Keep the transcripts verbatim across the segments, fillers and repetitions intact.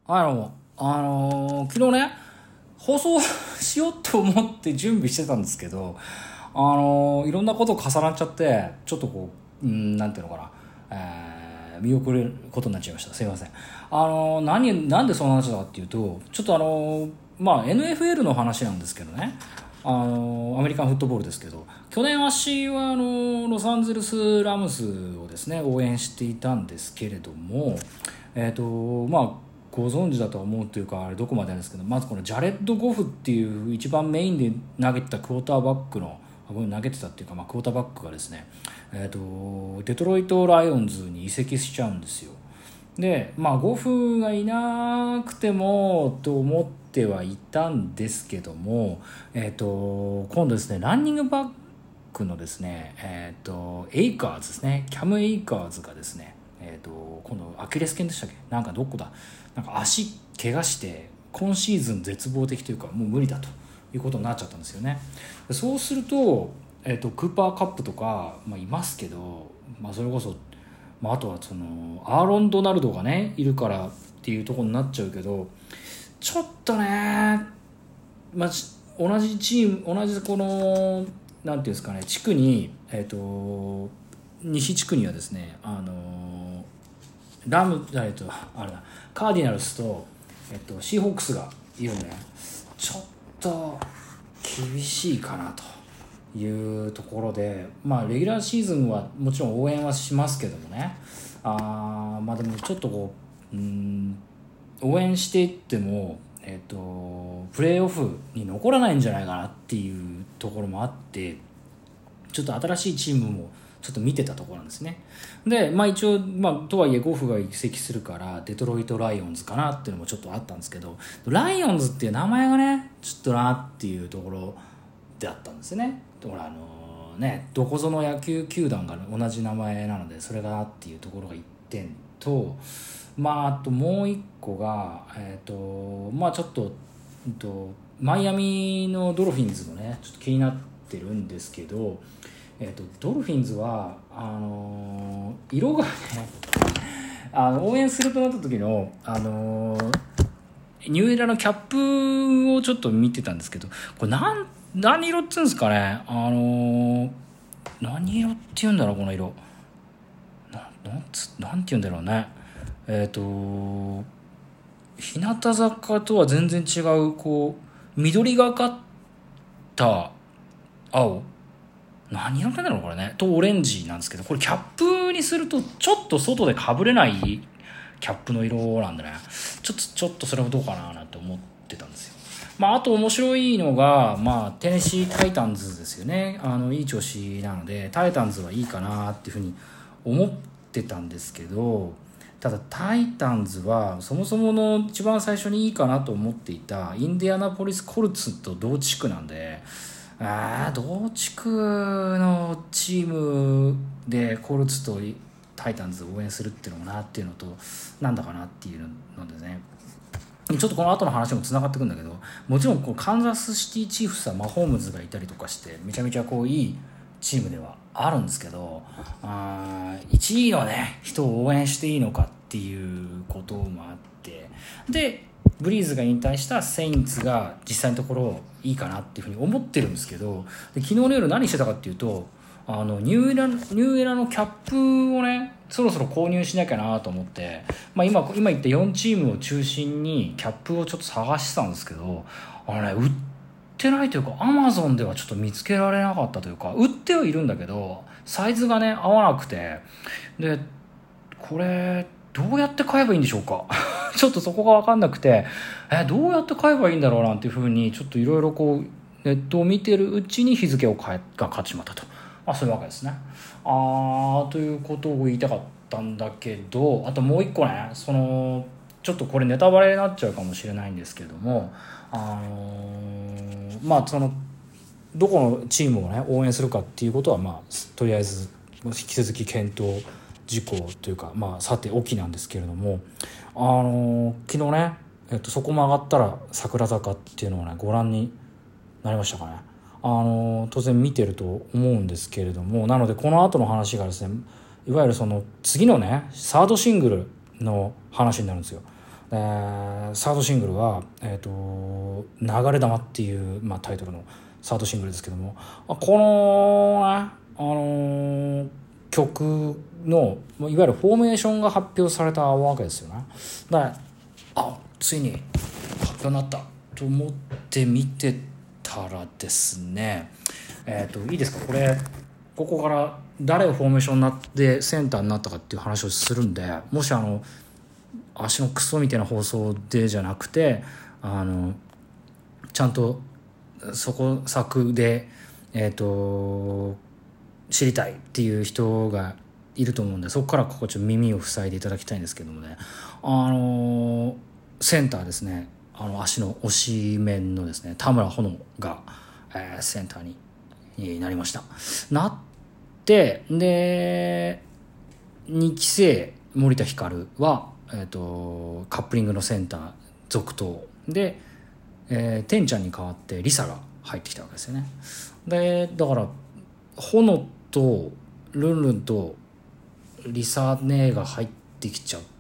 あの、あのー昨日ね、放送しようと思って準備してたんですけど、あのーいろんなこと重なっちゃって、ちょっとこう、うん、なんていうのかな、えー見送ることになっちゃいました。すいません。あのー何、なんでその話だかっていうと、ちょっとあのーまあ、エヌエフエル の話なんですけどね、あのアメリカンフットボールですけど、去年私はあのロサンゼルスラムスをですね応援していたんですけれども、えーとまあ、ご存知だとは思うというか、あれどこまであるんですけど、まずこのジャレッド・ゴフっていう一番メインで投げてたクォーターバックの投げてたっていうか、まあ、クォーターバックがですね、えーとデトロイト・ライオンズに移籍しちゃうんですよ。で、まあ、ゴフがいなくてもと思ってはいたんですけども、えー、と今度ですねランニングバックのですね、えー、とエイカーズですね、キャム・エイカーズがですね、えー、と今度アキレス腱でしたっけ、なんかどこだ、なんか足怪我して今シーズン絶望的というかもう無理だということになっちゃったんですよね。そうすると、えー、とクーパーカップとか、まあ、いますけど、まあ、それこそまあ、あとはそのアーロン・ドナルドがねいるからっていうところになっちゃうけど、ちょっとね、まあ、同じチーム同じこのなんていうんですかね地区に、えー、と西地区にはですね、あのラム、えー、とあれだカーディナルスと、えー、とシーホークスがいるんで、ちょっと厳しいかなというところで、まあレギュラーシーズンはもちろん応援はしますけどもね、あまあでもちょっとこう、うーん応援していっても、えー、とプレーオフに残らないんじゃないかなっていうところもあって、ちょっと新しいチームもちょっと見てたところなんですね。で、まあ一応、まあとはいえゴフが移籍するからデトロイトライオンズかなっていうのもちょっとあったんですけど、ライオンズっていう名前がねちょっとなっていうところであったんですね。ほらあのねどこぞの野球球団が同じ名前なのでそれがっていうところがいってんと、まああともう一個がえっ、とまあちょっと、えっと、マイアミのドルフィンズのねちょっと気になってるんですけど、えっとドルフィンズはあの色がねあの応援するとなった時のあのニューエラのキャップをちょっと見てたんですけど、これなん何色って言うんですかね、あのー、何色って言うんだろうこの色 な, なん, つなんて言うんだろうね、えっ、ー、と日向坂とは全然違うこう緑がかった青、何色なんだろうこれね、とオレンジなんですけど、これキャップにするとちょっと外で被れないキャップの色なんでね、ちょっとちょっとそれはどうかななんて思ってたんですよ。まあ、あと面白いのが、まあ、テネシータイタンズですよね。あのいい調子なのでタイタンズはいいかなっていうふうに思ってたんですけど、ただタイタンズはそもそもの一番最初にいいかなと思っていたインディアナポリスコルツと同地区なんで、あ同地区のチームでコルツとタイタンズを応援するっていうのもなっていうのと、なんだかなっていうのでね、ちょっとこの後の話もつながってくるんだけど、もちろんこうカンザスシティチーフスはマホームズがいたりとかしてめちゃめちゃこういいチームではあるんですけど、あいちいのね人を応援していいのかっていうこともあって、でブリーズが引退したセインツが実際のところいいかなっていうふうに思ってるんですけど、で昨日の夜何してたかっていうと、あのニューエラニューエラのキャップをねそろそろ購入しなきゃなと思って、まあ、今今言ったよんチームを中心にキャップをちょっと探してたんですけど、あのね売ってないというかアマゾンではちょっと見つけられなかったというか、売ってはいるんだけどサイズがね合わなくて、でこれどうやって買えばいいんでしょうかちょっとそこが分かんなくて、えどうやって買えばいいんだろうなんていうふうにちょっといろいろこうネットを見てるうちに日付を変えが買ってしまったと、まあ、そういうわけですね。あーということを言いたかったんだけど、あともう一個ね、そのちょっとこれネタバレになっちゃうかもしれないんですけども、あのー、まあそのどこのチームをね応援するかっていうことはまあとりあえず引き続き検討事項というか、まあさておきなんですけれども、あのー、昨日ね、えっと、そこも上がったら桜坂っていうのをねご覧になりましたかね。あの当然見てると思うんですけれども、なのでこの後の話がですね、いわゆるその次のねサードシングルの話になるんですよ。 でサードシングルは、えーと「流れ玉」っていう、まあ、タイトルのサードシングルですけども、この、あのー、曲のいわゆるフォーメーションが発表されたわけですよね。だからあついに発表になったと思って見てたらですね、えっといいですか、これここから誰がフォーメーションになってセンターになったかっていう話をするんで、もしあの足のクソみたいな放送でじゃなくて、あのちゃんとそこ作でえっと知りたいっていう人がいると思うんで、そこからここちょっと耳を塞いでいただきたいんですけどもね、あのセンターですね、あの足の推しメンのですね田村穂乃が、えー、センターになりました。なってでにき生森田ひかるは、えー、とカップリングのセンター続投で、えー、てんちゃんに代わってリサが入ってきたわけですよね。でだからほのとルンルンとリサ姉が入ってきちゃって、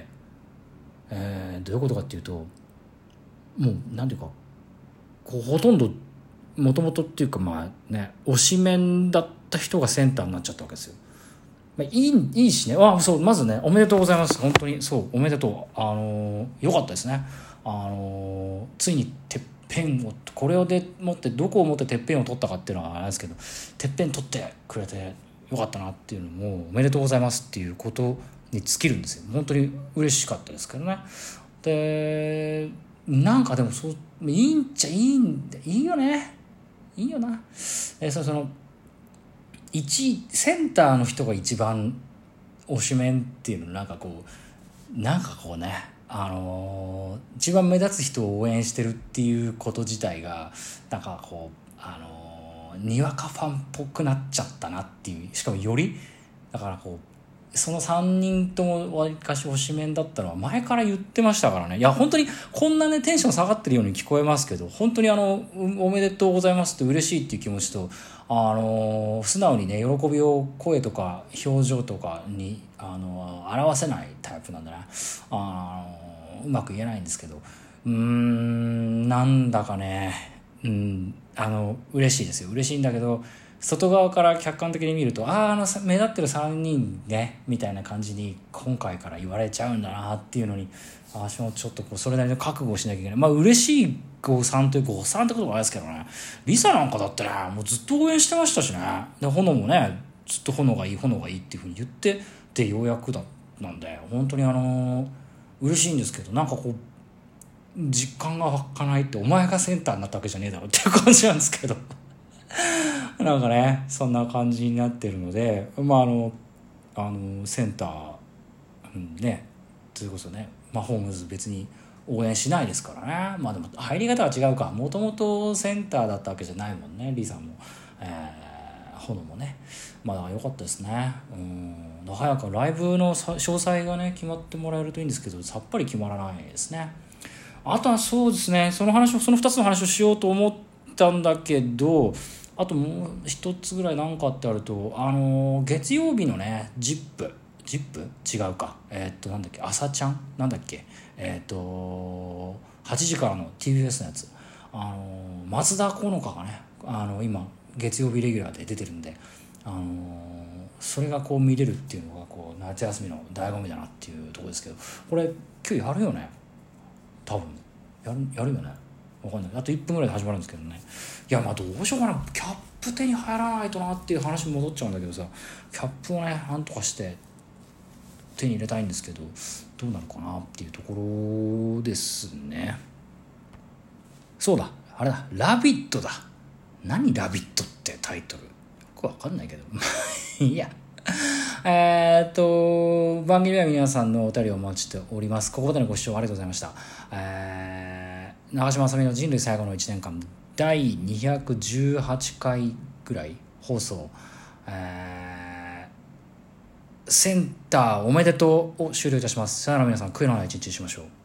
えー、どういうことかっていうと、もうなんていうかこうほとんどもともとっていうかまあね推しメンだった人がセンターになっちゃったわけですよ。まあ、いいいいしね、あそうまずねおめでとうございます、本当にそうおめでとう、あのー、よかったですね、あのー、ついにてっぺんをこれをで持ってどこを持っててっぺんを取ったかっていうのはあれですけど、てっぺん取ってくれてよかったなっていうのもおめでとうございますっていうことに尽きるんですよ。本当に嬉しかったですけどね。でなんかでもそういいんちゃいいんでいいよね、いいよな。えそのその一センターの人が一番推しメンっていうのなんかこうなんかこうね、あのー、一番目立つ人を応援してるっていうこと自体がなんかこう、あのー、にわかファンっぽくなっちゃったなっていう、しかもよりだからこうそのさんにんともわりかし推しメンだったのは前から言ってましたからね。いや本当にこんなねテンション下がってるように聞こえますけど、本当にあのおめでとうございますって嬉しいっていう気持ちと、あの素直にね喜びを声とか表情とかにあの表せないタイプなんでね、あのうまく言えないんですけど、うーんなんだかね、うんあの嬉しいですよ、嬉しいんだけど外側から客観的に見るとあああの目立ってるさんにんねみたいな感じに今回から言われちゃうんだなっていうのに、私もちょっとこうそれなりの覚悟をしなきゃいけない。まあ嬉しい誤算というか誤算ってこともないですけどね、リサなんかだってねもうずっと応援してましたしね、で炎もねずっと炎がいい炎がいいっていうふうに言ってでようやくだなんで本当にあのー、嬉しいんですけど、なんかこう実感が湧かないって、お前がセンターになったわけじゃねえだろっていう感じなんですけどなんかねそんな感じになってるので、まああのあのセンター、うん、ねそれこそね、まあ、ホームズ別に応援しないですからね。まあでも入り方は違うか、もともとセンターだったわけじゃないもんね、リサも、えー、ホノもね。まあだから良かったですね。うん早くライブの詳細がね決まってもらえるといいんですけど、さっぱり決まらないですね。あとはそうですね、その話をそのふたつの話をしようと思ったんだけど、あともう一つぐらい何かってあると、あのー、月曜日のねジップジップ違うかえー、っとなんだっけ朝ちゃんなんだっけえー、っとはちじからの ティービーエス のやつ、あのー、松田好花がねあの今月曜日レギュラーで出てるんで、あのー、それがこう見れるっていうのがこう夏休みの醍醐味だなっていうところですけど、これ今日やるよね多分やるやるよねわかんない、あといっぷんぐらいで始まるんですけどね。いやまあどうしようかな、キャップ手に入らないとなっていう話に戻っちゃうんだけどさ、キャップをねなんとかして手に入れたいんですけどどうなるかなっていうところですね。そうだあれだラビットだ、何ラビットってタイトルよくわかんないけどいやえーっと番組では皆さんのお便りをお待ちしております。ここまでのご視聴ありがとうございました。えー、長嶋あさみの人類最後のいちねんかんだいにひゃくじゅうはちかいぐらい放送、えー、センターおめでとうを終了いたします。さよなら皆さん、悔いのない一日にしましょう。